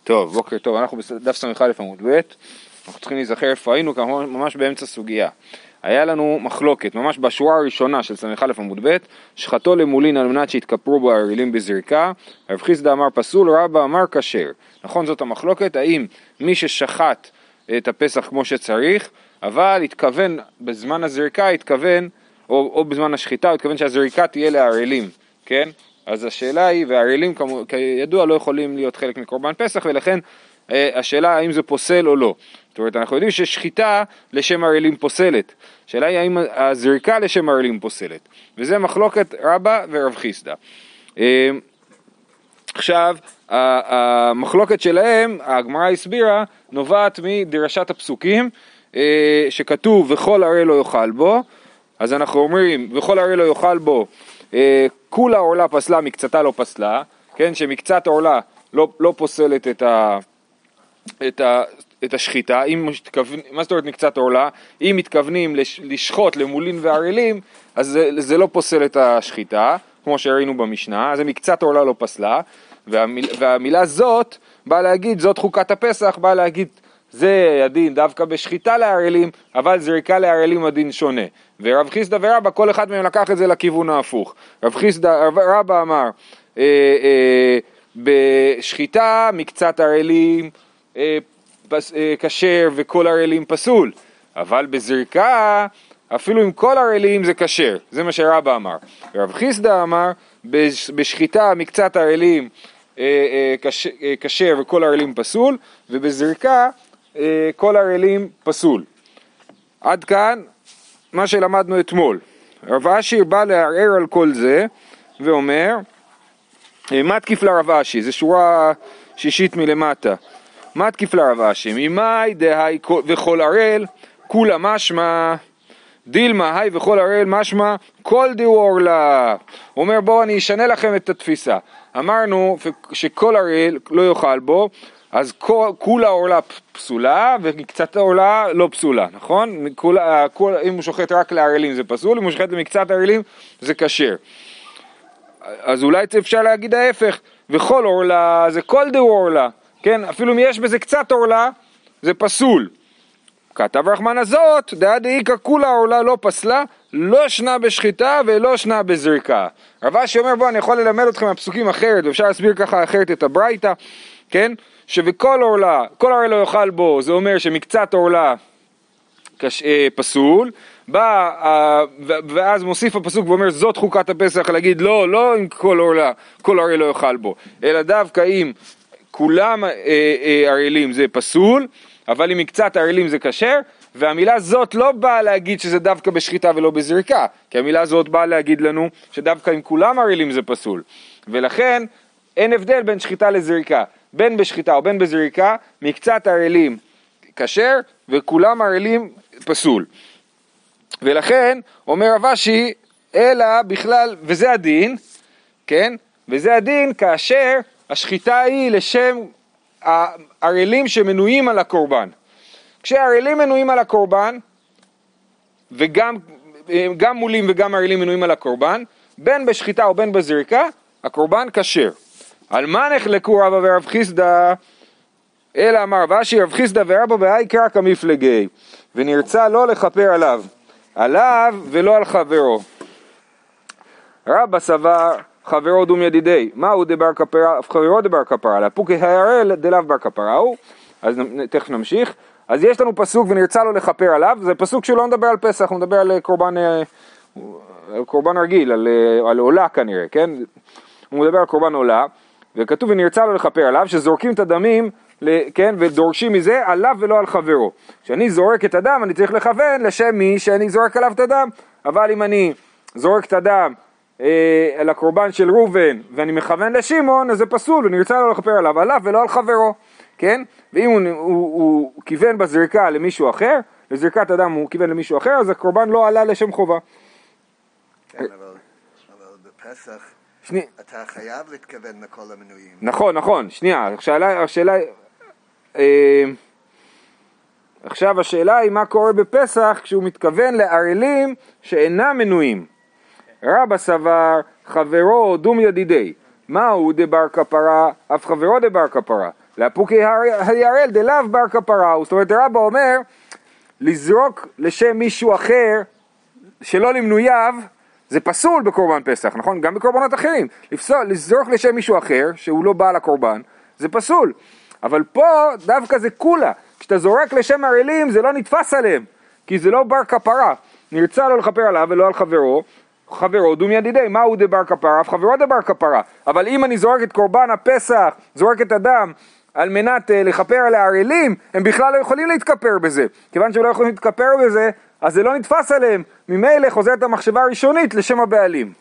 טוב, בוקר טוב, אנחנו בדף ס"א עמוד ב', אנחנו צריכים להיזכר איפה היינו, ממש באמצע סוגיה. היה לנו מחלוקת, ממש בשורה הראשונה של ס"א עמוד ב', שחטו למולין על מנת שהתכפרו בו הערלים בזריקה, רב חיסדא אמר פסול, רבא אמר כשר. נכון, זאת המחלוקת, האם מי ששחט את הפסח כמו שצריך, אבל התכוון בזמן הזריקה, התכוון, או בזמן השחיטה, התכוון שהזריקה תהיה לערלים, כן? אז השאלה היא, והערלים כידוע לא יכולים להיות חלק מקורבן פסח, ולכן השאלה האם זה פוסל או לא. זאת אומרת, אנחנו יודעים ששחיטה לשם ערלים פוסלת. השאלה היא האם הזריקה לשם ערלים פוסלת. וזה מחלוקת רבא ורב חיסדא. עכשיו, המחלוקת שלהם, הגמרא הסבירה, נובעת מדרשת הפסוקים, שכתוב וכל ערל לא יאכל בו. אז אנחנו אומרים, וכל ערל לא יאכל בו, כולה עורלה פסלה, מקצתה לא פסלה, כן, שמקצת עורלה לא פוסלת את השחיטה. מה זאת אומרת מקצת עורלה? אם מתכוונים לשחוט למולין וערלים, אז זה לא פוסל את השחיטה, כמו שראינו במשנה, אז מקצת עורלה לא פסלה, והמילה זאת באה להגיד, זאת חוקת הפסח, באה להגיד, זה הדין דווקא בשחיטה לערלים, אבל זריקה לערלים הדין שונה. ורב חיסדא ורבא, כל אחד מהם לקח את זה לכיוון ההפוך. רבא אמר, בשחיטה מקצת ערלים כשר וכל ערלים פסול, אבל בזריקה אפילו עם כל ערלים זה כשר. זה מה שרבא אמר. רב חיסדא אמר, בשחיטה מקצת ערלים כשר וכל ערלים פסול, ובזריקה כל ערלים פסול. עד כאן מה שלמדנו אתמול. רב אשי בא לערער על כל זה ואומר, מה תקיף לרב אשי? זה שורה שישית מלמטה. מה תקיף לרב אשי? ממאי דהי וכל ערל כולה משמע, דילמה היי וכל ערל משמע כל דיור לה. הוא אומר, בואו אני אשנה לכם את התפיסה. אמרנו שכל ערל לא יאכל בו, אז כולה עורלה פסולה ומקצת עורלה לא פסולה, נכון? אם הוא שוחט רק לערלים זה פסול, אם הוא שוחט למקצת ערלים זה כשר. אז אולי אפשר להגיד ההפך, וכל עורלה זה כל דהו עורלה, כן? אפילו אם יש בזה קצת עורלה זה פסול. כתב רחמן הזאת, דעה דאיקה כולה עורלה לא פסלה, לא שנה בשחיטה ולא שנה בזריקה. רב אשי אומר, בוא אני יכול ללמד אתכם מהפסוקים אחרת, ואפשר להסביר ככה אחרת את הברייתא, כן? שבכל עורלה, כל עורלה לא יאכל בו, זה אומר שמקצת עורלה פסול, ואז מוסיף הפסוק ואומר זאת חוקת הפסח, להגיד לא עם כל עורלה, כל עורלה לא יאכל בו, אלא דווקא אם כולם ערלים זה פסול, אבל אם מקצת ערלים זה כשר, והמילה זאת לא באה להגיד שזה דווקא בשחיטה ולא בזריקה, כי המילה הזאת באה להגיד לנו שדווקא אם כולם ערלים זה פסול, ולכן אין הבדל בין שחיטה לזריקה, בין בשחיטה או בין בזריקה, מקצת ערלים כשר וכולם ערלים פסול. ולכן אומר רב אשי, אלא בכלל, וזה הדין, כן? וזה הדין כאשר השחיטה היא לשם הערלים שמנויים על הקורבן. כשהערלים מנויים על הקורבן, וגם מולים וגם ערלים מנויים על הקורבן, בין בשחיטה או בין בזריקה, הקורבן כשר. על מה נחלקו רבא ורב חיסדא? אלא אמר רב אשי, רב חיסדא ורבא בהאי קרא כמפלגי, ונרצה לא לכפר עליו ולא על חברו. רבא סבר חברו דום ידידי, מהו דבר כפרה, חברו דבר כפרה, לפוקי הערל דלאו בר כפרה הוא. אז תכף נמשיך. אז יש לנו פסוק ונרצה לו לכפר עליו, זה פסוק שהוא לא מדבר על פסח, הוא מדבר על קורבן רגיל, על עולה כנראה, כן? הוא מדבר על קורבן עולה, וכתוב ונרצה לו לכפר עליו, שזורקים את הדמים, כן, ודורשים מזה עליו ולא על חברו. כשאני זורק את הדם, אני צריך לכוון לשם מי שאני זורק עליו את הדם, אבל אם אני זורק את הדם על הקורבן של ראובן, ואני מכוון לשמעון, אז זה פסול, ונרצה לו לכפר עליו ולא על חברו, כן? ואם הוא כיוון בזריקה למישהו אחר, לזריקת הדם הוא כיוון למישהו אחר, אז הקורבן לא עלה לשם חובה. כן, אבל בפסח אתה חייב להתכוון לכל המנויים. נכון, שנייה, עכשיו השאלה היא מה קורה בפסח כשהוא מתכוון לערלים שאינם מנויים. רבא סבר חברו דום ידידי, מהו דבר כפרה, אף חברו דבר כפרה. לאפוקי הירל דלאו בר כפרה, זאת אומרת רבא אומר, לזרוק לשם מישהו אחר, שלא למנוייו, זה פסול בקורבן פסח, נכון? גם בקורבנות אחרים. לזרוק לשם מישהו אחר, שהוא לא בעל הקורבן, זה פסול. אבל פה דווקא זה כולה. כשאתה זורק לשם ערלים, זה לא נתפס עליהם, כי זה לא בר כפרה. נרצה לא לכפר עליו ולא על חברו, חברו דום ידידי, מהו דבר כפרה? אף חברו דבר כפרה. אבל אם אני זורק את קורבן הפסח, זורק את הדם, על מנת לכפר על הערלים, הם בכלל לא יכולים להתכפר בזה. כיוון שהם לא יכולים להתכפר בזה, אז זה לא נתפס עליהם. ממילא חוזרת המחשבה הראשונית לשם הבעלים.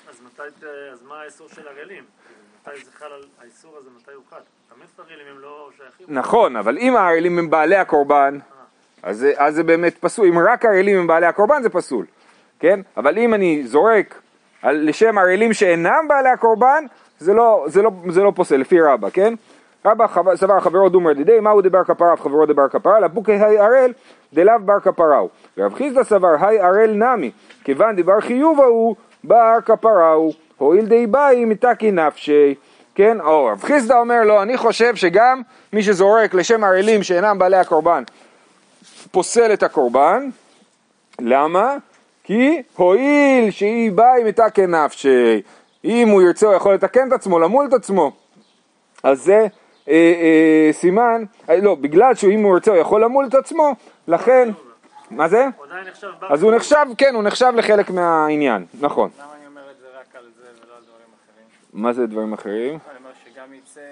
אז מה האיסור של ערלים? מתי זה חל על האיסור הזה, מתי הוא חל? תמיד ערלים הם לא שייכים. נכון, אבל אם הערלים הם בעלי הקורבן, אז זה באמת פסול. אם רק הערלים הם בעלי הקורבן זה פסול. כן? אבל אם אני זורק לשם ערלים שאינם בעלי הקורבן, זה לא פוסל, לפי רבא, כן? רבא סבר חברו דומר דידי, מהו דבר כפרה אף חברו דבר כפרה, לפוקי היי ערל דלאו בר כפראו. ורב חיסדא סבר היי ערל נמי, כיוון דבר חיוב הוא בר כפראו, הואיל די באי מתקי נפשי. כן? או רב חיסדא אומר לו, אני חושב שגם מי שזורק לשם ערלים שאינם בעלי הקורבן, פוסל את הקורבן. למה? כי הואיל שהיא באי מתקי נפשי, אם הוא ירצה הוא יכול לתקן את עצמו, למול את עצמו. אז זה סימן, לא, בגלל שאם הוא ירצה הוא יכול למול את עצמו, לכן, מה זה? אז הוא נחשב, כן, הוא נחשב לחלק מהעניין, נכון. למה אני אומר את זה רק על זה ולא על דברים אחרים? מה זה דברים אחרים? אני אומר שגם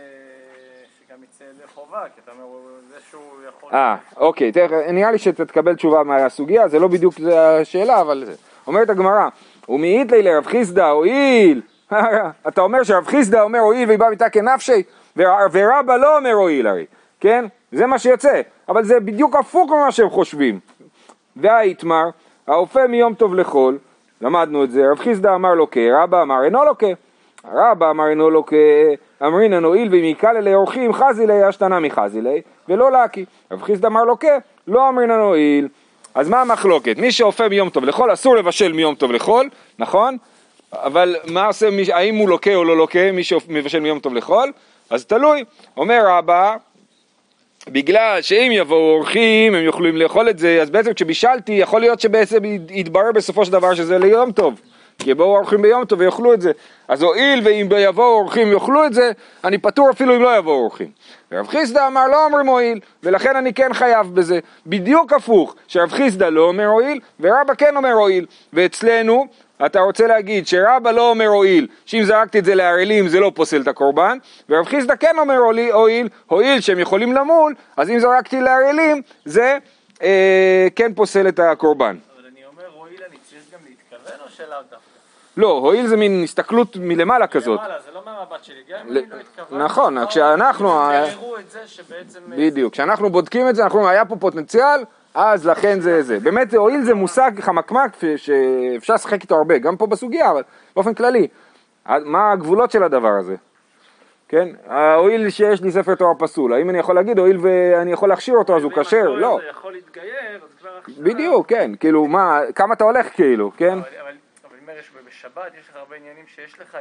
יצא לחובה, כי אתה אומר, זה שהוא יכול... אוקיי, נראה לי שתקבל תשובה מהסוגיה, זה לא בדיוק השאלה, אבל זה. אומרת הגמרא, ומעיט לי לרב חיסדא הואיל, אתה אומר שרב חיסדא אומר הואיל והיא באה מתקי נפשי, ורבא לא אומר הואיל הרי, כן? זה מה שיוצא, אבל זה בדיוק הפוך ממה שהם חושבים. והאיתמר, האופה מיום טוב לחול, למדנו את זה, רב חיסדא אמר לוקה, רבא אמר אינו לוקה. רבא אמר אינו לוקה, אמרינן הואיל ואם יקל אלי אורחים חזי לי, אשתנה מחזי לי, ולא לקי. רב חיסדא אמר לוקה, לא אמרינן הואיל. אז מה המחלוקת? מי שאופה מיום טוב לחול, אסור לבשל מיום טוב לחול, נכון? אבל מה עושה, האם הוא לוקה או לא לוקה, מי שמבשל מיום טוב לחול? אז תלוי. אומר רבא, בגלל שאם יבואו אורחים, הם יכולים לאכול את זה, אז בעצם כשבישלתי, יכול להיות שבעצם יתברר בסופו של דבר שזה ליום טוב. כי יבואו אורחים ביום טוב ויאכלו את זה. אז הואיל ואם יבואו אורחים ויאכלו את זה, אני פטור אפילו אם לא יבואו אורחים. ורב חיסדא אמר לא אומרים הואיל, ולכן אני כן חייב בזה. בדיוק הפוך, שרב חיסדא לא אומר הואיל, ורבא כן אומר הואיל. ואצלנו, אתה רוצה להגיד שרבא לא אומר הואיל, שאם זרקתי את זה לערלים זה לא פוסל את הקורבן, ורב חיסדא כן אומר הואיל שהם יכולים למול, אז אם זרקתי לערלים זה כן פוסל את הקורבן. אבל אני אומר הואיל אני צריך גם להתכוון או שלאו דווקא? לא, הואיל זה מין הסתכלות מלמעלה כזאת. מלמעלה, זה לא מהמבט שלי, גם אם אני לא התכוון. נכון, כשאנחנו... תראו את זה שבעצם... בדיוק, כשאנחנו בודקים את זה, אנחנו אומרים, היה פה פוטנציאל, אז לכן זה. באמת הואיל זה מושג חמקמק שאפשר לשחק איתו הרבה, גם פה בסוגיה, אבל באופן כללי. מה הגבולות של הדבר הזה? כן? הואיל שיש לי ספר תורה פסול, האם אני יכול להגיד, הואיל ואני יכול להכשיר אותו, אז הוא כשר? לא. זה יכול להתגייר, אז כבר עכשיו... בדיוק, כן, כאילו, מה, כמה אתה הולך כאילו, כן? אבל אומר, בשבת יש לך הרבה עניינים שיש לך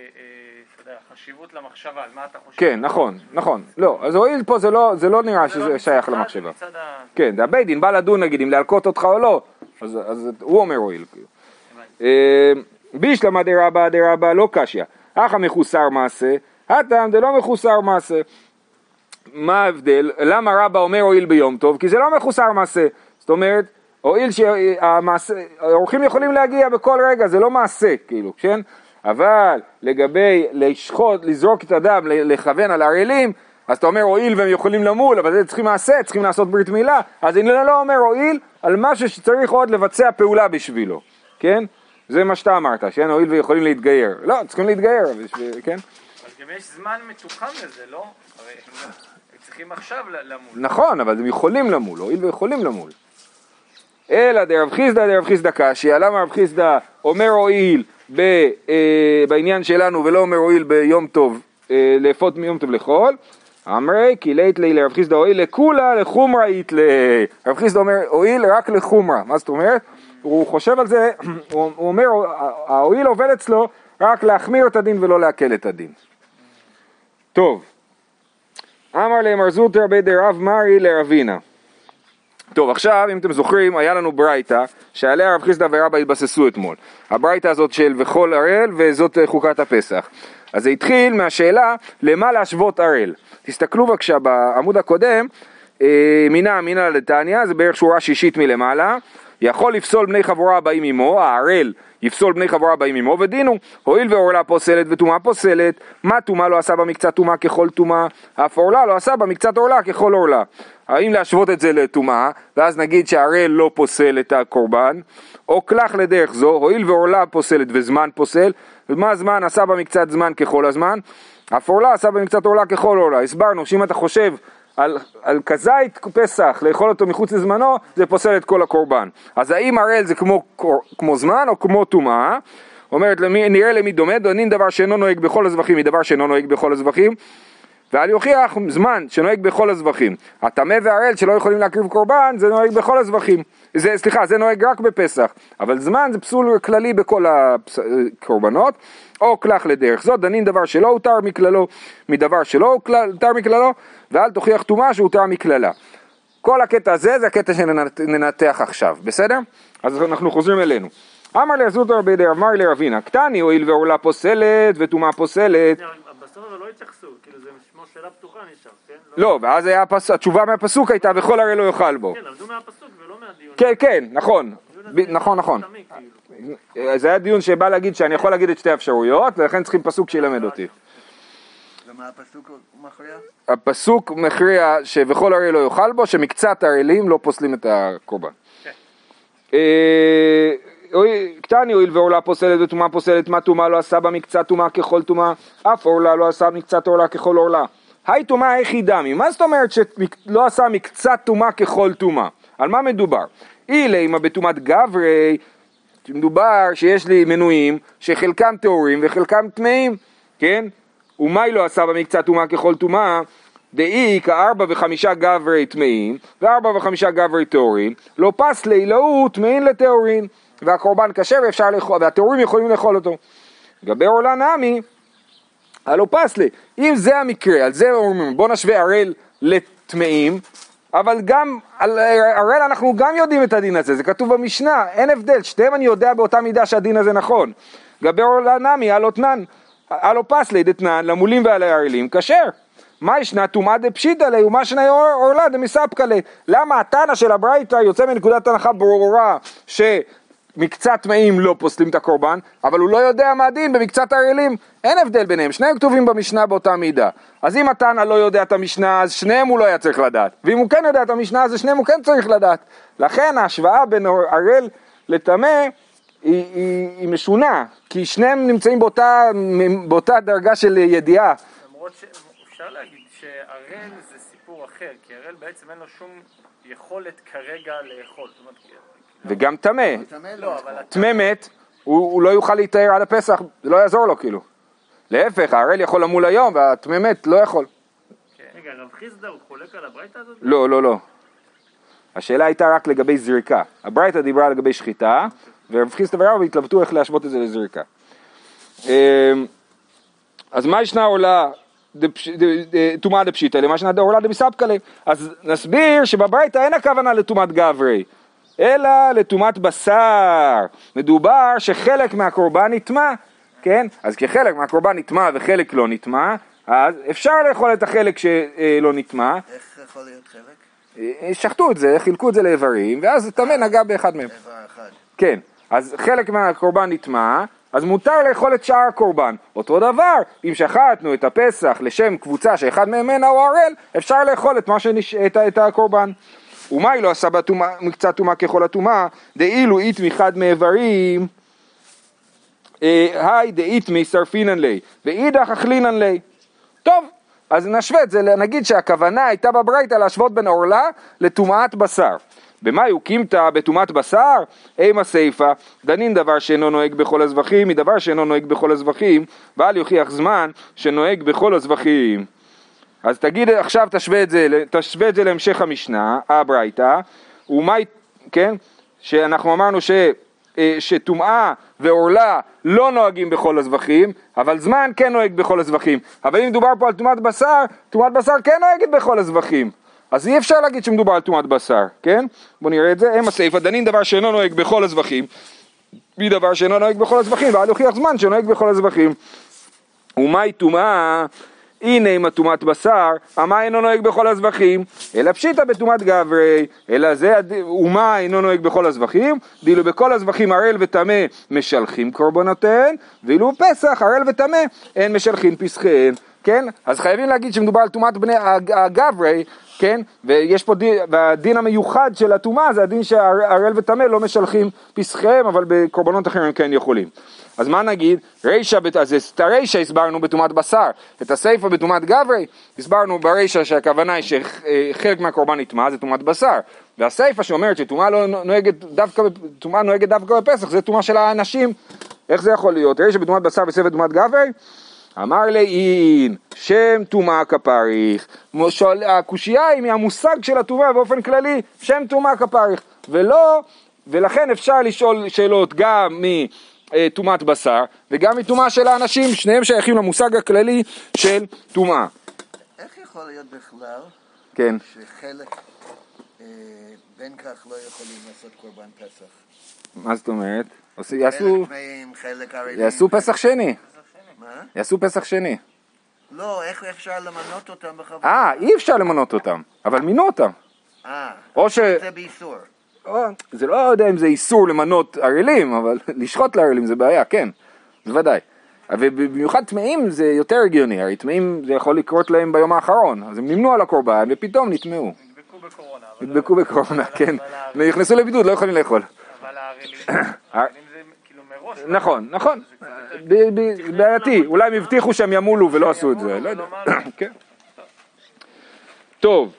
חשיבות למחשבה, על מה אתה חושב? כן, נכון. לא, אז הואיל פה זה לא נראה שזה שייך למחשבה. כן, זה הבית דין, בא לדון נגיד, אם להלקות אותך או לא, אז הוא אומר הואיל. בישלמה דרבא לא קשיא, אך המחוסר מעשה, הטעם דלא מחוסר מעשה. מה ההבדל? למה רבא אומר הואיל ביום טוב? כי זה לא מחוסר מעשה, זאת אומרת, הואיל שהאורחים יכולים להגיע בכל רגע, זה לא מעשה, כאילו, כן? אבל לגבי לשחוט, לזרוק את הדם, לכוון על הערלים, אז אתה אומר הואיל והם יכולים למול, אבל זה צריכים מעשה, צריכים לעשות ברית מילה, אז אני לא אומר הואיל על משהו שצריך עוד לבצע פעולה בשבילו, כן? זה מה שאתה אמרת, כן? הואיל ויכולים להתגייר. לא, צריכים להתגייר, כן? אז גם יש זמן מתוחם לזה, לא? הרי הם צריכים עכשיו למול. נכון, אבל הם יכולים למול, הואיל ויכולים למול. אלא דרב חיסדא קשיא, למה רב חיסדא אומר הואיל בעניין שלנו ולא אומר הואיל ביום טוב, לאפות מיום טוב לחול? אמרי כי לית לי לרב חיסדא הואיל לכולה לחומרה יתלה. רב חיסדא אומר הואיל רק לחומרה, מה זאת אומרת? הוא חושב על זה, הוא אומר ההואיל עובד אצלו רק להחמיר את הדין ולא להקל את הדין. טוב, אמר למר זוטרא בי דרב מרי לרבינה. טוב, עכשיו אם אתם זוכרים, היה לנו ברייתא שעליה רב חיסדא ורבא התבססו אתמול. הברייתא הזאת של וכל ערל וזאת חוקת הפסח. אז זה התחיל מהשאלה למה להשוות ערל. תסתכלו בבקשה בעמוד הקודם, מינה לתניא, זה בערך שורה שישית מלמעלה. יכול לפסול בני חבורה הבאים עמו, הערל יפסול בני חבורה הבאים עמו, ודינו, הואיל ועורלה פוסלת וטומאה פוסלת, מה טומאה לא עשה בה מקצת טומאה ככל טומאה, אף עורלה לא עשה בה מקצת עורלה ככל עורלה. האם להשוות את זה לטומאה, ואז נגיד שהערל לא פוסל את הקורבן, או כלך לדרך זו, הואיל ועורלה פוסלת וזמן פוסל, ומה זמן עשה בה מקצת זמן ככל הזמן, אף עורלה עשה בה מקצת עורלה ככל עורלה. הסברנו שאם אתה חושב על כזית פסח, לאכול אותו מחוץ לזמנו, זה פוסל את כל הקורבן. אז האם ערל זה כמו זמן או כמו טומאה? אומרת, נראה למי דומה, דונין דבר שאינו נוהג בכל הזבחים, מדבר שאינו נוהג בכל הזבחים, ועל יוכיח זמן שנוהג בכל הזבחים. הטמא והערל שלא יכולים להקריב קורבן, זה נוהג בכל הזבחים. זה נוהג רק בפסח, אבל זמן זה פסול כללי בכל הקורבנות, או כלך לדרך זאת, דנין דבר שלא הותר מכללו, מדבר שלא הותר מכללו, ואל תוכיח טומאה שהותר מכללה. כל הקטע הזה זה הקטע שננתח עכשיו, בסדר? אז אנחנו חוזרים אלינו. אמר לזוטרא בי דרב מרי לרבינה, קטני הואיל ועורלה פוסלת וטומאה פוסלת. בסוף לא התייחסו, כאילו זה שמו שאלה פתוחה נשאר, כן? לא, ואז התשובה מהפסוק הייתה וכל הרי לא יאכל בו. כן, למדו מהפסוק ולא מהדיון. כן, כן, נכון. נכון. זה היה דיון שבא להגיד שאני יכול להגיד את שתי האפשרויות, ולכן צריכים פסוק שילמד אותי. ומה הפסוק מכריע? הפסוק מכריע שבכל הרי לא יאכל בו, שמקצת הערלים לא פוסלים את הקורבן. קטני הואיל ועורלה פוסלת וטומאה פוסלת, מה טומאה לא עשה בה מקצת טומאה ככל טומאה, אף עורלה לא עשה מקצת עורלה ככל עורלה. היי טומאה היחידמי, מה זאת אומרת שלא עשה מקצת טומאה ככל טומאה? על מה מדובר? אילי בטומאת גברי, מדובר שיש לי מנויים שחלקם טהורים וחלקם טמאים, כן? ומאי לא עשה במקצת טומאה ככל טומאה, דאי כ4 ו5 גברי טמאים ו4 ו5 גברי טהורים, לא פס לילאו טמאים לטהורים, והקורבן כשר ואפשר לאכול, והטהורים יכולים לאכול אותו. לגבי עורלה נמי, הלא פס לי, אם זה המקרה, על זה אומרים, בוא נשווה ערל לטמאים, אבל גם על ערל אנחנו גם יודעים את הדין הזה, זה כתוב במשנה, אין הבדל, שתיהם אני יודע באותה מידה שהדין הזה נכון. לגבי עורלה נמי, הלא פס לי דתנן, למולים ועל הערלים, כשר. מה ישנה טומאה דפשיטא ליה ומה ישנה עורלה דמספקא ליה? למה התנא של הברייתא יוצא מנקודת הנחה ברורה שמקצת טמאים לא פוסלים את הקורבן, אבל הוא לא יודע מה הדין במקצת הערלים? אין הבדל ביניהם, שניהם כתובים במשנה באותה מידה. אז אם התנא לא יודע את המשנה, אז שניהם הוא לא היה צריך לדעת, ואם הוא כן יודע את המשנה, אז שניהם הוא כן צריך לדעת. לכן ההשוואה בין ערל לטמא היא משונה, כי שניהם נמצאים באותה דרגה של ידיעה. למרות שאפשר להגיד שערל זה סיפור אחר, כי ערל בעצם אין לו שום יכולת כרגע לאכול. וגם טמא. לא, אבל טמא מת, הוא לא יוכל להתאר עד הפסח, זה לא יעזור לו כאילו. להפך, הערל יכול למול היום, והטמא מת לא יכול. רגע, רב חיסדא הוא חולק על הברייתא הזאת? לא. השאלה הייתה רק לגבי זריקה. הברייתא דיברה לגבי שחיטה, ורב חיסדא ורבא התלבטו איך להשוות את זה לזריקה. אז מה ישנה עורלה טומאה דפשיטא ליה, מה ישנה עורלה דמספקא ליה? אז נסביר שבברייתא אין הכוונה לטומאת גברי, אלא לטומאת בשר. מדובר שחלק מהקורבן נטמא, כן? אז כחלק מהקורבן נטמא וחלק לא נטמא, אז אפשר לאכול את החלק שלא נטמא. איך יכול להיות חלק? שחטו את זה, חילקו את זה לאיברים, ואז טמא נגע באחד מהם. איבר אחד. כן, אז חלק מהקורבן נטמא, אז מותר לאכול את שאר הקורבן. אותו דבר, אם שחטנו את הפסח לשם קבוצה שאחד ממנה הוא ערל, אפשר לאכול את הקורבן. ומאי לא עשה מקצת טומאה ככל הטומאה, דאילו אית מחד מאיברים, היי דאית משרפינן לי, ואידך אכלינן לי. טוב, אז נשווה את זה, נגיד שהכוונה הייתה בברייתא להשוות בין עורלה לטומאת בשר. במה יוקימתא בטומאת בשר? אימה סיפא, דנין דבר שאינו נוהג בכל הזבחים, מדבר שאינו נוהג בכל הזבחים, ואל יוכיח זמן שנוהג בכל הזבחים. אז תגיד עכשיו תשווה את זה להמשך המשנה, הברייתא, ומה, כן, שאנחנו אמרנו שטומאה ועורלה לא נוהגים בכל הזבחים, אבל זמן כן נוהג בכל הזבחים. אבל אם מדובר פה על טומאת בשר כן נוהגת בכל הזבחים. אז אי אפשר להגיד שמדובר על טומאת בשר, כן? בואו נראה את זה. הם הסעיף הדנים דבר שאינו נוהג בכל הזבחים, מדבר שאינו נוהג בכל הזבחים, ועל יוכיח זמן שנוהג בכל הזבחים. ומהי טומאה? הנה עם הטומאת בשר, המה אינו נוהג בכל הזבחים, אלא פשיטה בטומאת גברי, אלא זה, ומה אינו נוהג בכל הזבחים, ואילו בכל הזבחים ערל וטמא משלחים קורבנותיהן, ואילו בפסח ערל וטמא אין משלחים פסחיהן, כן? אז חייבים להגיד שמדובר על טומאת בני הגברי, כן? ויש פה הדין המיוחד של הטומאה, זה הדין שערל וטמא לא משלחים פסחיהם, אבל בקורבנות אחרים כן יכולים. אז מה נגיד? אז את הרישה הסברנו בטומאת בשר, את הסייפה בטומאת גברי, הסברנו ברישה שהכוונה היא שחלק מהקורבן נטמא, זה טומאת בשר, והסייפה שאומרת שטומאה נוהגת דווקא בפסח, זה טומאה של האנשים, איך זה יכול להיות? רישה בטומאת בשר וסייפה בטומאת גברי? אמר לאין, שם טומאה כפריך, הקושייה היא מהמושג של הטומאה באופן כללי, שם טומאה כפריך, ולכן אפשר לשאול שאלות גם מטומאת בשר וגם מטומאה של האנשים, שניהם שייכים למושג הכללי של טומאה. איך יכול להיות בכלל כן. שחלק בין כך לא יכולים לעשות קורבן פסח? מה זאת אומרת? חלק טמאים, חלק ערלים. יעשו פסח שני. מה? יעשו פסח שני. לא, איך אפשר למנות אותם בכוונה? אי אפשר למנות אותם, אבל מינו אותם. או זה באיסור. זה לא יודע אם זה איסור למנות ערלים, אבל לשחוט לערלים זה בעיה, כן, זה ודאי. ובמיוחד טמאים זה יותר הגיוני, הרי טמאים זה יכול לקרות להם ביום האחרון, אז הם נמנו על הקורבן ופתאום נטמאו. נדבקו בקורונה, כן. נכנסו לבידוד, לא יכולים לאכול. אבל הערלים זה כאילו מראש. נכון. בעייתי, אולי הם הבטיחו שהם ימולו ולא עשו את זה, לא יודע. טוב.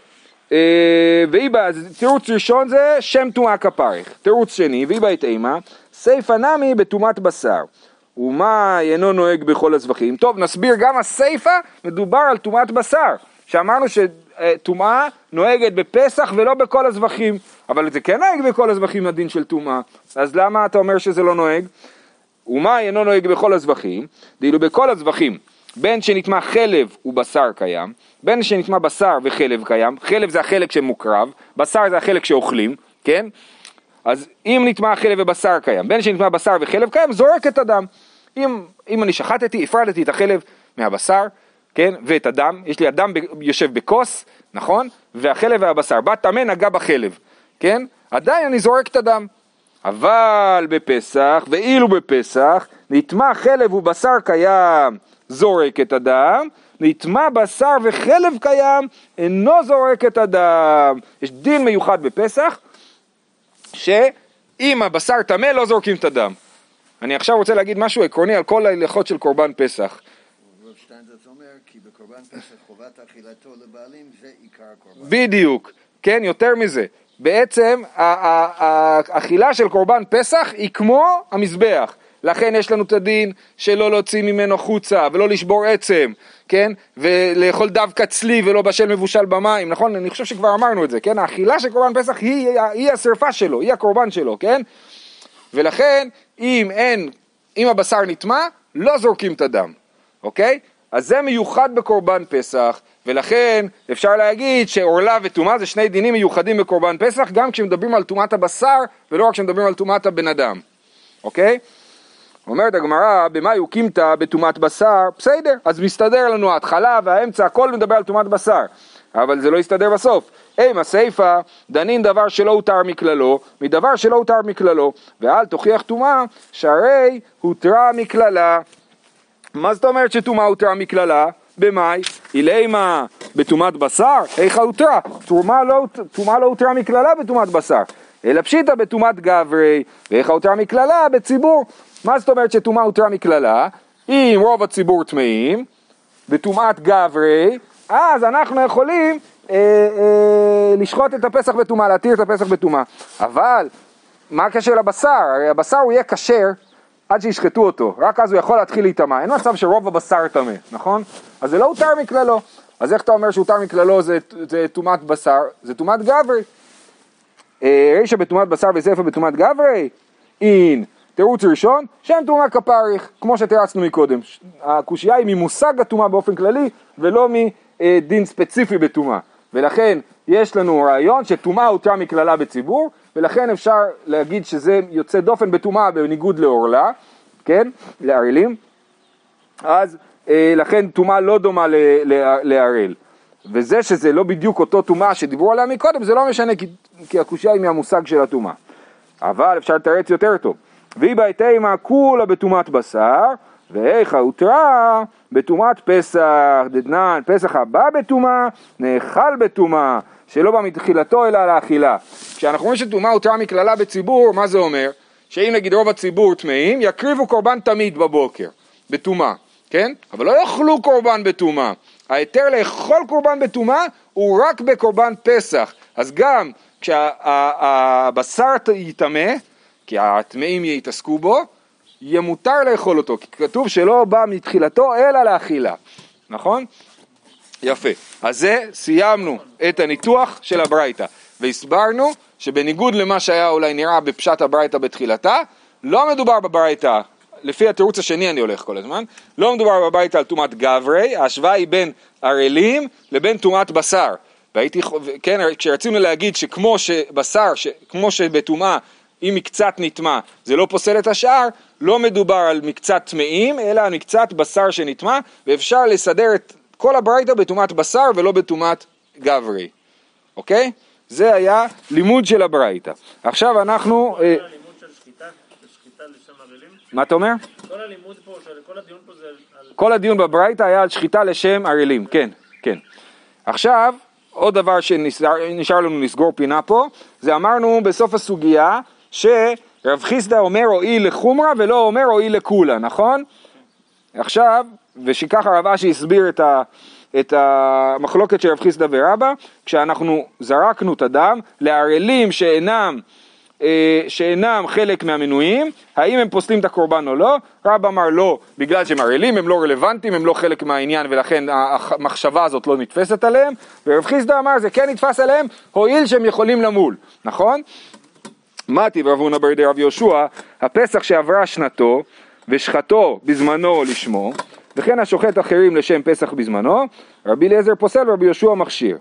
תירוץ ראשון זה שם טומאה כפריך, תירוץ שני, ואיבא את אימה, סייפה נמי בטומאת בשר, ומה אינו נוהג בכל הזבחים. טוב, נסביר גם הסייפה, מדובר על טומאת בשר, שאמרנו שטומאה נוהגת בפסח ולא בכל הזבחים, אבל זה כן נוהג בכל הזבחים הדין של טומאה, אז למה אתה אומר שזה לא נוהג? ומה אינו נוהג בכל הזבחים? דהילו בכל הזבחים, בין שנטמא חלב ובשר קיים, בין שנטמא בשר וחלב קיים, חלב זה החלק שמוקרב, בשר זה החלק שאוכלים, כן? אז אם נטמא חלב ובשר קיים, בין שנטמא בשר וחלב קיים, זורק את הדם. אם אני שחטתי, הפרדתי את החלב מהבשר, כן? ואת הדם, יש לי הדם יושב בכוס, נכון? והחלב והבשר, בא טמא נגע בחלב, כן? עדיין אני זורק את הדם. אבל בפסח, ואילו בפסח, נטמא חלב ובשר קיים, זורק את הדם, נטמא בשר וחלב קיים, אינו זורק את הדם. יש דין מיוחד בפסח, שאם הבשר טמא לא זורקים את הדם. אני עכשיו רוצה להגיד משהו עקרוני על כל ההלכות של קורבן פסח. רב שטיינזלץ אומר, כי בקורבן פסח חובת אכילתו לבעלים זה עיקר הקורבן. בדיוק, כן, יותר מזה. בעצם האכילה של קורבן פסח היא כמו המזבח. לכן יש לנו את הדין שלא להוציא ממנו חוצה ולא לשבור עצם, כן? ולאכול דווקא צלי ולא בשל מבושל במים, נכון? אני חושב שכבר אמרנו את זה, כן? האכילה של קורבן פסח היא השרפה שלו, היא הקורבן שלו, כן? ולכן אם הבשר נטמא, לא זורקים את הדם, אוקיי? אז זה מיוחד בקורבן פסח, ולכן אפשר להגיד שעורלה וטומאה זה שני דינים מיוחדים בקורבן פסח, גם כשמדברים על טומאת הבשר ולא רק כשמדברים על טומאת הבן אדם, אוקיי? אומרת הגמרא, במה יוקימת בטומאת בשר? בסדר, אז מסתדר לנו ההתחלה והאמצע, הכל מדבר על טומאת בשר, אבל זה לא יסתדר בסוף. אימה סייפה, דנין דבר שלא הותר מכללו, מדבר שלא הותר מכללו, ואל תוכיח טומאה, שהרי הותרה מכללה. מה זאת אומרת שטומאה הותרה מכללה? במאי? אימה בטומאת בשר? איך הותרה? טומאה לא הותרה מכללה בטומאת בשר, אלא פשיטה בטומאת גברי, ואיך הותרה מכללה בציבור. מה זאת אומרת שטומאה הותרה מכללה? אם רוב הציבור טמאים, בטומאת גברי, אז אנחנו יכולים לשחוט את הפסח בטומאה, להתיר את הפסח בטומאה. אבל, מה הקשר לבשר? הרי הבשר הוא יהיה כשר עד שישחטו אותו, רק אז הוא יכול להתחיל להיטמא. אין מצב שרוב הבשר טמא, נכון? אז זה לא הותר מכללו. אז איך אתה אומר שהותר מכללו זה טומאת בשר? זה טומאת גברי. רישה בטומאת בשר וסייפה בטומאת גברי? אין. תירוץ ראשון, שאין טומאה כפריך, כמו שתירצנו מקודם. הקושייה היא ממושג הטומאה באופן כללי, ולא מדין ספציפי בטומאה. ולכן יש לנו רעיון שטומאה הותרה מכללה בציבור, ולכן אפשר להגיד שזה יוצא דופן בטומאה בניגוד לעורלה, כן? לערלים. אז לכן טומאה לא דומה לערל. וזה שזה לא בדיוק אותו טומאה שדיברו עליה מקודם, זה לא משנה, כי הקושייה היא מהמושג של הטומאה. אבל אפשר לתרץ יותר טוב. והיא בהתאמה כולה בטומאת בשר, ואיכה הותרה בטומאת פסח, דתנן, פסח הבא בטומאה, נאכל בטומאה, שלא בא מתחילתו אלא לאכילה. כשאנחנו רואים שטומאה הותרה מכללה בציבור, מה זה אומר? שאם נגיד רוב הציבור טמאים, יקריבו קורבן תמיד בבוקר, בטומאה, כן? אבל לא יאכלו קורבן בטומאה. ההיתר לאכול קורבן בטומאה הוא רק בקורבן פסח. אז גם כשהבשר יטמא, כי הטמאים יתעסקו בו, יהיה מותר לאכול אותו, כי כתוב שלא בא מתחילתו אלא לאכילה, נכון? יפה. אז זה סיימנו את הניתוח של הברייתא, והסברנו שבניגוד למה שהיה אולי נראה בפשט הברייתא בתחילתה, לא מדובר בברייתא, לפי התירוץ השני אני הולך כל הזמן, לא מדובר בברייתא על טומאת גברי, ההשוואה היא בין ערלים לבין טומאת בשר. והייתי, כן, כשרצינו להגיד שכמו שבשר, כמו שבטומאה, אם מקצת נטמא, זה לא פוסל את השאר, לא מדובר על מקצת טמאים, אלא על מקצת בשר שנטמא, ואפשר לסדר את כל הברייתא בטומאת בשר ולא בטומאת גברי. אוקיי? זה היה לימוד של הברייתא. עכשיו אנחנו... כל הלימוד של שחיטה לשם ערלים? מה אתה אומר? כל הלימוד פה, כל הדיון פה זה על... כל הדיון בברייתא היה על שחיטה לשם ערלים, כן, כן. עכשיו, עוד דבר שנשאר לנו לסגור פינה פה, זה אמרנו בסוף הסוגיה, שרב חיסדא אומר הועיל לחומרה ולא אומר הועיל לכולה, נכון? עכשיו, ושככה רב אשי הסביר את המחלוקת של רב חיסדא ורבא, כשאנחנו זרקנו את הדם לערלים שאינם חלק מהמנויים, האם הם פוסלים את הקורבן או לא? רבא אמר לא, בגלל שהם ערלים, הם לא רלוונטיים, הם לא חלק מהעניין ולכן המחשבה הזאת לא נתפסת עליהם, ורב חיסדא אמר זה כן נתפס עליהם, הועיל שהם יכולים למול, נכון? מתי ורב הונא בר ידי רב יהושע, הפסח שעברה שנתו ושחטו בזמנו לשמו, וכן השוחט אחרים לשם פסח בזמנו, רבי אליעזר פוסל ורבי יהושע מכשיר.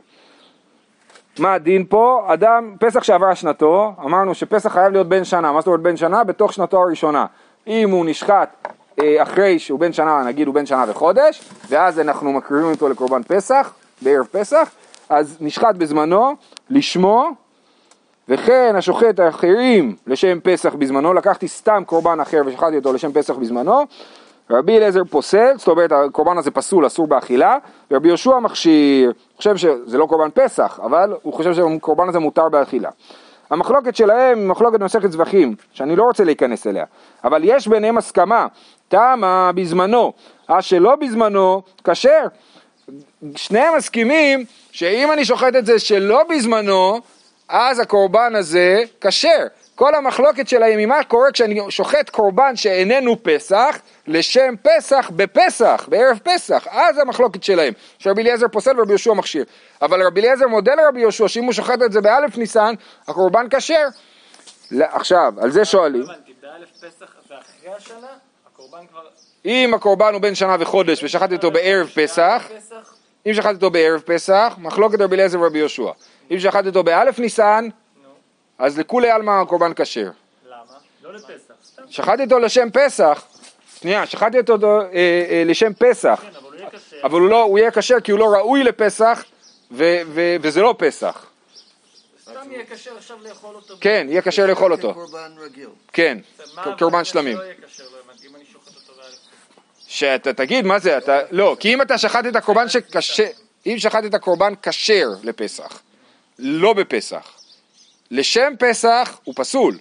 מה הדין פה? אדם, פסח שעברה שנתו, אמרנו שפסח חייב להיות בן שנה, מה זאת אומרת בן שנה? בתוך שנתו הראשונה. אם הוא נשחט אחרי שהוא בן שנה, נגיד הוא בן שנה וחודש, ואז אנחנו מקריבים אותו לקורבן פסח, בערב פסח, אז נשחט בזמנו לשמו, וכן השוחט האחרים לשם פסח בזמנו, לקחתי סתם קורבן אחר ושחטתי אותו לשם פסח בזמנו, רבי אליעזר פוסל, זאת אומרת הקורבן הזה פסול, אסור באכילה, ורבי יהושע מכשיר, חושב שזה לא קורבן פסח, אבל הוא חושב שהקורבן הזה מותר באכילה. המחלוקת שלהם היא מחלוקת מסכת זבחים, שאני לא רוצה להיכנס אליה, אבל יש ביניהם הסכמה, תמה בזמנו, שלא בזמנו, כשר. שניהם מסכימים שאם אני שוחט את זה שלא בזמנו, אז הקורבן הזה כשר. כל המחלוקת שלהם היא מה קורה כשאני שוחט קורבן שאיננו פסח, לשם פסח בפסח, בערב פסח, אז המחלוקת שלהם, שרבי אליעזר פוסל ורבי יהושע מכשיר. אבל רבי אליעזר מודה לרבי יהושע, שאם הוא שוחט את זה באלף ניסן, הקורבן כשר. עכשיו, על זה שואלים. באלף פסח ואחרי השנה, הקורבן כבר... אם הקורבן הוא בן שנה וחודש ושחטתי אותו בערב פסח, אם שחטתי אותו בערב פסח, מחלוקת רבי אליעזר ורבי יהושע. אם שחטתי אותו באלף ניסן, אז לכולי עלמא הקורבן כשר. למה? לא לפסח, סתם. שחטתי אותו לשם פסח, שנייה, שחטתי אותו לשם פסח, כן, אבל הוא יהיה כשר. אבל הוא יהיה כשר כי הוא לא ראוי לפסח, וזה לא פסח. סתם יהיה כשר עכשיו לאכול אותו. כן, יהיה כשר לאכול אותו. קורבן רגיל. כן, קורבן שלמים. לא יהיה כשר, לא הבנתי, אם אני שוחט אותו באלף פסח. שאתה תגיד מה זה, לא, כי אם אתה שחט את הקורבן שכשר, אם שחט את הקורבן כשר לפסח, לא בפסח, לשם פסח הוא פסול.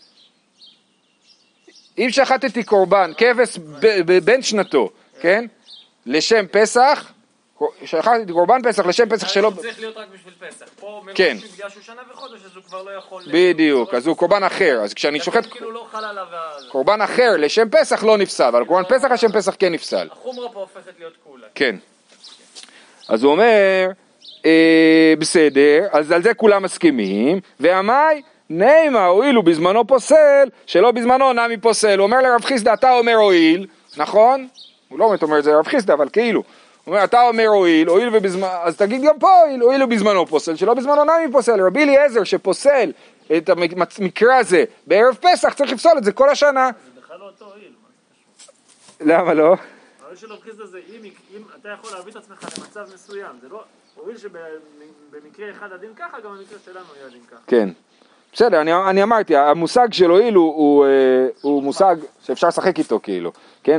אם שחטתי קורבן, כבש בן שנתו, כן? לשם פסח, שחטתי קורבן פסח לשם פסח שלא... הוא צריך להיות רק בשביל פסח. פה כן. בגלל שהוא שנה וחודש, אז הוא כבר לא יכול... בדיוק, אז הוא קורבן אחר. אז כשאני שוחט כאילו לא חל עליו... קורבן אחר לשם פסח לא נפסל, אבל קורבן פסח לשם פסח כן נפסל. החומרה פה הופכת להיות כולה. כן. אז הוא אומר, בסדר, אז על זה כולם מסכימים, והמאי נימה הואיל הוא בזמנו פוסל, שלא בזמנו נמי פוסל. הוא אומר לרב חיסדא, אתה אומר הואיל, נכון? הוא לא אומר את זה לרב חיסדא, אבל כאילו. הוא אומר, אתה אומר הואיל ובזמנו, אז תגיד גם פה הואיל הוא בזמנו פוסל, שלא בזמנו נמי פוסל. רבי אליעזר שפוסל את המקרה הזה בערב פסח, צריך לפסול את זה כל השנה. זה בכלל לא אותו הואיל. למה לא? הואיל של רב חיסדא זה, אם אתה יכול להביא את עצמך למצב מסוים, זה לא, הואיל שבמקרה אחד הדין ככה, גם במקרה שלנו יהיה הדין ככה. כן. בסדר, אני אמרתי, המושג של הואיל הוא מושג שאפשר לשחק איתו כאילו, כן?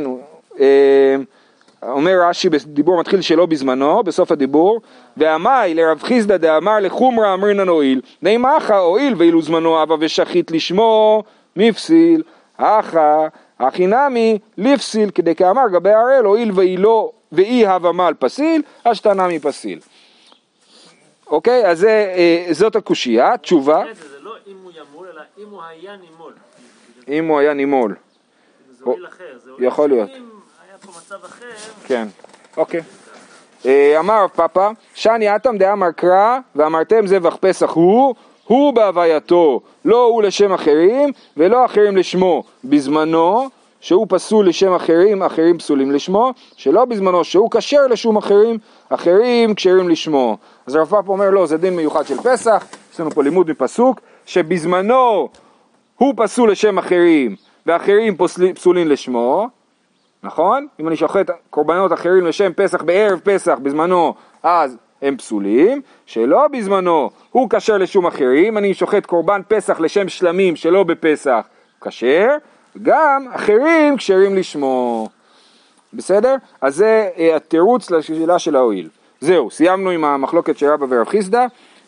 אומר רש"י בדיבור מתחיל שלא בזמנו, בסוף הדיבור, ואמי לרב חיסדא דאמר לחומרא אמרינן הואיל, נאמר אחא הואיל ואילו זמנו אבא ושחית לשמו מפסיל, אחא הכי נמי לפסיל, כדי כאמר גבי הראל הואיל ואי הווה מל פסיל, אשתא נמי פסיל. אוקיי, אז זאת הקושייה, תשובה. זה לא אם הוא ימול, אלא אם הוא היה נימול. אם הוא היה נימול. זה הואיל אחר. יכול להיות. אם היה פה מצב אחר. כן, אוקיי. אמר רב פאפא, שאני אתם דאמר קרא ואמרתם זבח פסח הוא בהווייתו, לא הוא לשם אחרים ולא אחרים לשמו, בזמנו שהוא פסול לשם אחרים, אחרים פסולים לשמו, שלא בזמנו שהוא כשר לשום אחרים, אחרים כשרים לשמו. אז רב פאפא אומר לא, זה דין מיוחד של פסח, יש לנו פה לימוד מפסוק, שבזמנו הוא פסול לשם אחרים ואחרים פסולים לשמו, נכון? אם אני שוחט קורבנות אחרים לשם פסח בערב פסח בזמנו, אז הם פסולים, שלא בזמנו הוא כשר לשום אחרים, אני שוחט קורבן פסח לשם שלמים שלא בפסח, כשר, גם אחרים כשרים לשמו. בסדר? אז זה התירוץ לשאלה של ההואיל. זהו, סיימנו עם המחלוקת של רבא ורב חיסדא,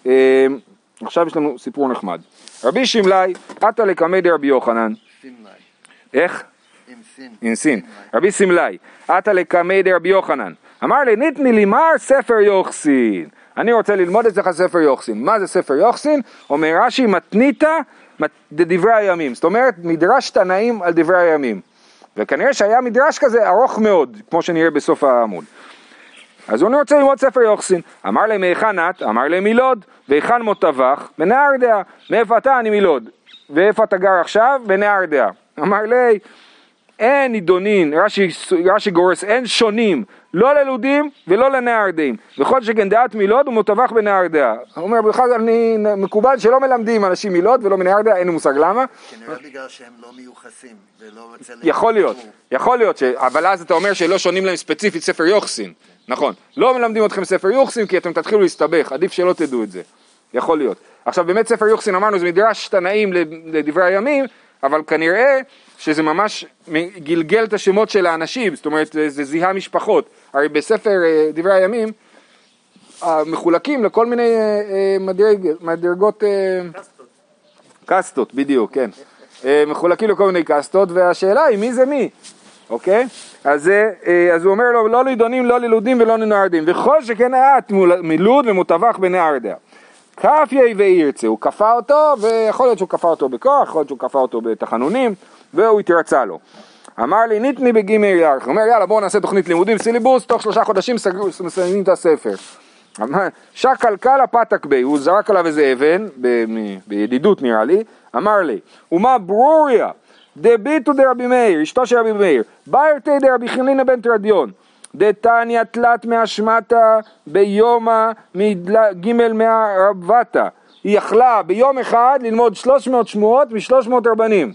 עכשיו יש לנו סיפור נחמד. רבי שמלאי, עתה לקמי דרבי יוחנן. סמלי. איך? עם סין. עם סין. רבי שמלאי, עתה לקמי דרבי יוחנן. אמר לי, ניתני לימר ספר יוחסין. אני רוצה ללמוד אצלך ספר יוחסין. מה זה ספר יוחסין? אומר רש"י, מתניתא דברי הימים. זאת אומרת, מדרש תנאים על דברי הימים. וכנראה שהיה מדרש כזה ארוך מאוד, כמו שנראה בסוף העמוד. אז הוא רוצה ללמוד ספר יוחסין. אמר להם, היכן את? אמר להם, מילוד. והיכן מוטבך? בנהרדעא. מאיפה אתה? אני מילוד. ואיפה אתה גר עכשיו? בנהרדעא. אמר לי, אין נידונין, רש"י גורס, אין שונים, לא ללודים ולא לנהרדעים. וכל שכן דעת מילוד ומוטבך בנהרדעא. הוא אומר, בכלל אני מקובל שלא מלמדים אנשים מילוד ולא בנהרדעא, אין לי מושג למה. כנראה בגלל שהם לא מיוחסים ולא רוצה... יכול להיות, אבל אז אתה אומר שלא שונים להם ספציפית ספר יוחסין. נכון, לא מלמדים אתכם ספר יוחסין כי אתם תתחילו להסתבך, עדיף שלא תדעו את זה. יכול להיות. עכשיו באמת ספר יוחסין אמרנו זה מדרש תנאים לדברי הימים, אבל כנראה שזה ממש גלגל את השמות של האנשים, זאת אומרת זה זיהה משפחות. הרי בספר דברי הימים מחולקים לכל מיני מדרגות, קסטות, בדיוק, כן. מחולקים לכל מיני קסטות, והשאלה היא מי זה מי, אוקיי? אז הוא אומר לו, לא לידונים, לא ללודים ולא לנהרדים, וכל שכן את מלוד ומוטבח בנהרדעא. כפי וירצה, הוא כפה אותו, ויכול להיות שהוא כפה אותו בכוח, יכול להיות שהוא כפה אותו בתחנונים, והוא התרצה לו. אמר לי, ניתני בגימי ירח, הוא אומר, יאללה בואו נעשה תוכנית לימודים, סיליבוס, תוך 3 חודשים מסיימים את הספר. שקל קלה פתק בי, הוא זרק עליו איזה אבן, בידידות נראה לי, אמר לי, ומה ברוריה, דביתו דרבי מאיר, אשתו של רבי מאיר, בירתי דרבי חנינא בן תרדיון, דתניא תלת מאשמתה ביומא ג' מהרבתה, היא יכלה ביום אחד ללמוד 300 שמועות ו300 רבנים,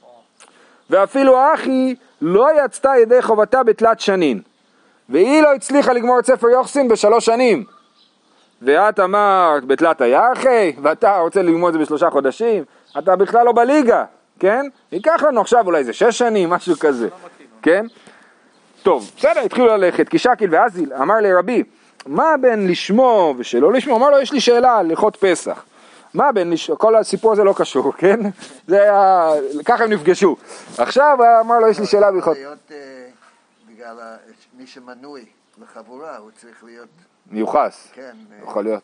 ואפילו אחי לא יצתה ידי חובתה בתלת שנים, והיא לא הצליחה לגמור את ספר יוחסין ב3 שנים, ואת אמרת בתלת הירחי, ואתה רוצה ללמוד את זה ב3 חודשים, אתה בכלל לא בליגה, כן? ייקח לנו עכשיו אולי זה 6 שנים, משהו כזה, כן? טוב, בסדר, התחילו ללכת, כי שקיל ואזיל אמר לרבי, מה בין לשמו ושלא לשמו? אמר לו, יש לי שאלה, הלכות פסח. מה בין לשמו? כל הסיפור הזה לא קשור, כן? זה היה, ככה הם נפגשו. עכשיו אמר לו, יש לי שאלה בהלכות. בגלל מי שמנוי לחבורה, הוא צריך להיות... מיוחס. כן. יכול להיות.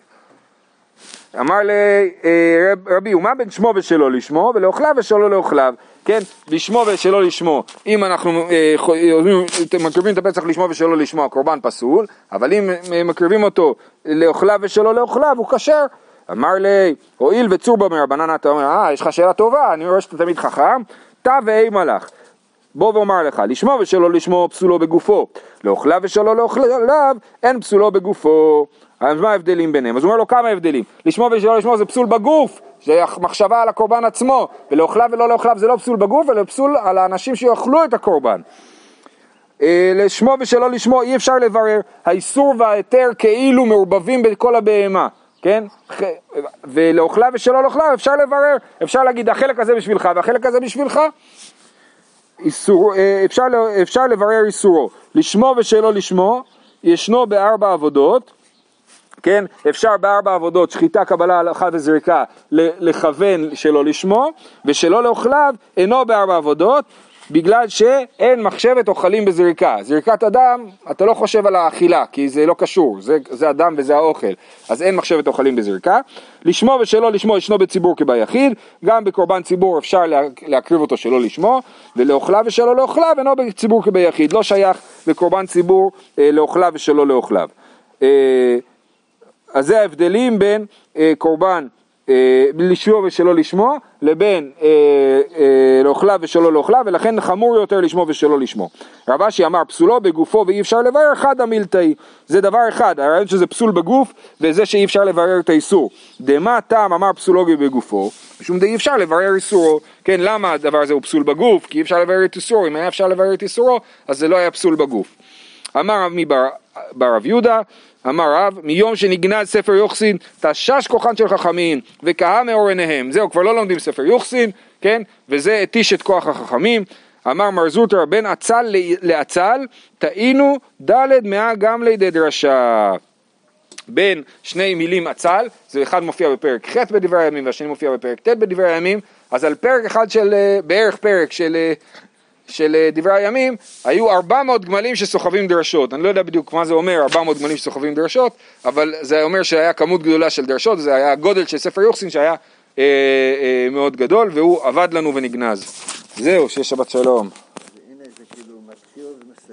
אמר לרבי, ומה בין שמו ושלא לשמו, ולאוכליו ושלא לאוכליו, כן? לשמו ושלא לשמו, אם אנחנו מקריבים את הפסח לשמו ושלא לשמו, הקורבן פסול, אבל אם מקריבים אותו לאוכליו ושלא לאוכליו, הוא כשר, אמר לי, הואיל וצור בה מרבנן, אתה אומר, יש לך שאלה טובה, אני רואה שאתה תמיד חכם, תא ואימה לך. בוא ואומר לך, לשמו ושלא לשמו פסולו בגופו, לאוכליו ושלא לאוכליו, אין פסולו בגופו. אז מה ההבדלים ביניהם? אז הוא אומר לו כמה הבדלים. לשמו ושלא לשמו זה פסול בגוף, זה מחשבה על הקורבן עצמו, ולאוכליו ולא לאוכליו זה לא פסול בגוף, אלא פסול על האנשים שיאכלו את הקורבן. לשמו ושלא לשמו אי אפשר לברר, האיסור וההיתר כאילו מעורבבים בכל הבהמה, כן? ולאוכליו ושלא לאוכליו אפשר לברר, אפשר להגיד החלק הזה בשבילך והחלק הזה בשבילך, אפשר לברר איסורו. לשמו ושלא לשמו ישנו בארבע עבודות, כן? אפשר בארבע עבודות, שחיטה, קבלה, הלכה וזריקה, לכוון שלא לשמו, ושלא לאוכליו אינו בארבע עבודות, בגלל שאין מחשבת אוכלים בזריקה. זריקת אדם, אתה לא חושב על האכילה, כי זה לא קשור, זה אדם וזה האוכל, אז אין מחשבת אוכלים בזריקה. לשמו ושלא לשמו ישנו בציבור כביחיד, גם בקורבן ציבור אפשר להקריב אותו שלא לשמו, ולאוכליו ושלא לאוכליו אינו בציבור כביחיד, לא שייך בקורבן ציבור לאוכליו ושלא לאוכליו. אז זה ההבדלים בין קורבן לשמו ושלא לשמו, לבין לאוכליו ושלא לאוכליו, ולכן חמור יותר לשמו ושלא לשמו. רב אשי אמר פסולו בגופו ואי אפשר לברר אחד המילתאי, זה דבר אחד, הרעיון שזה פסול בגוף, וזה שאי אפשר לברר את האיסור. דמה טעם אמר פסולו בגופו, משום אי אפשר לברר איסורו, כן, למה הדבר הזה הוא פסול בגוף? כי אי אפשר לברר את איסורו, אם היה אפשר לברר את איסורו, אז זה לא היה פסול בגוף. אמר רב ברב יהודה, אמר רב, מיום שנגנז ספר יוחסין, תשש כוחן של חכמים, וקהה מאור עיניהם. זהו, כבר לא לומדים ספר יוחסין, כן? וזה התיש את כוח החכמים. אמר מר זוטרא, בין עצל לעצל, תאינו דלת מאה גם לידי דרשה. בין שני מילים עצל, זה אחד מופיע בפרק ח' בדברי הימים, והשני מופיע בפרק ט' בדברי הימים, אז על פרק אחד בערך פרק של דברי הימים, היו 400 גמלים שסוחבים דרשות. אני לא יודע בדיוק מה זה אומר, 400 גמלים שסוחבים דרשות, אבל זה אומר שהיה כמות גדולה של דרשות, זה היה גודל של ספר יוחסין שהיה מאוד גדול, והוא עבד לנו ונגנז. זהו, שיש שבת שלום.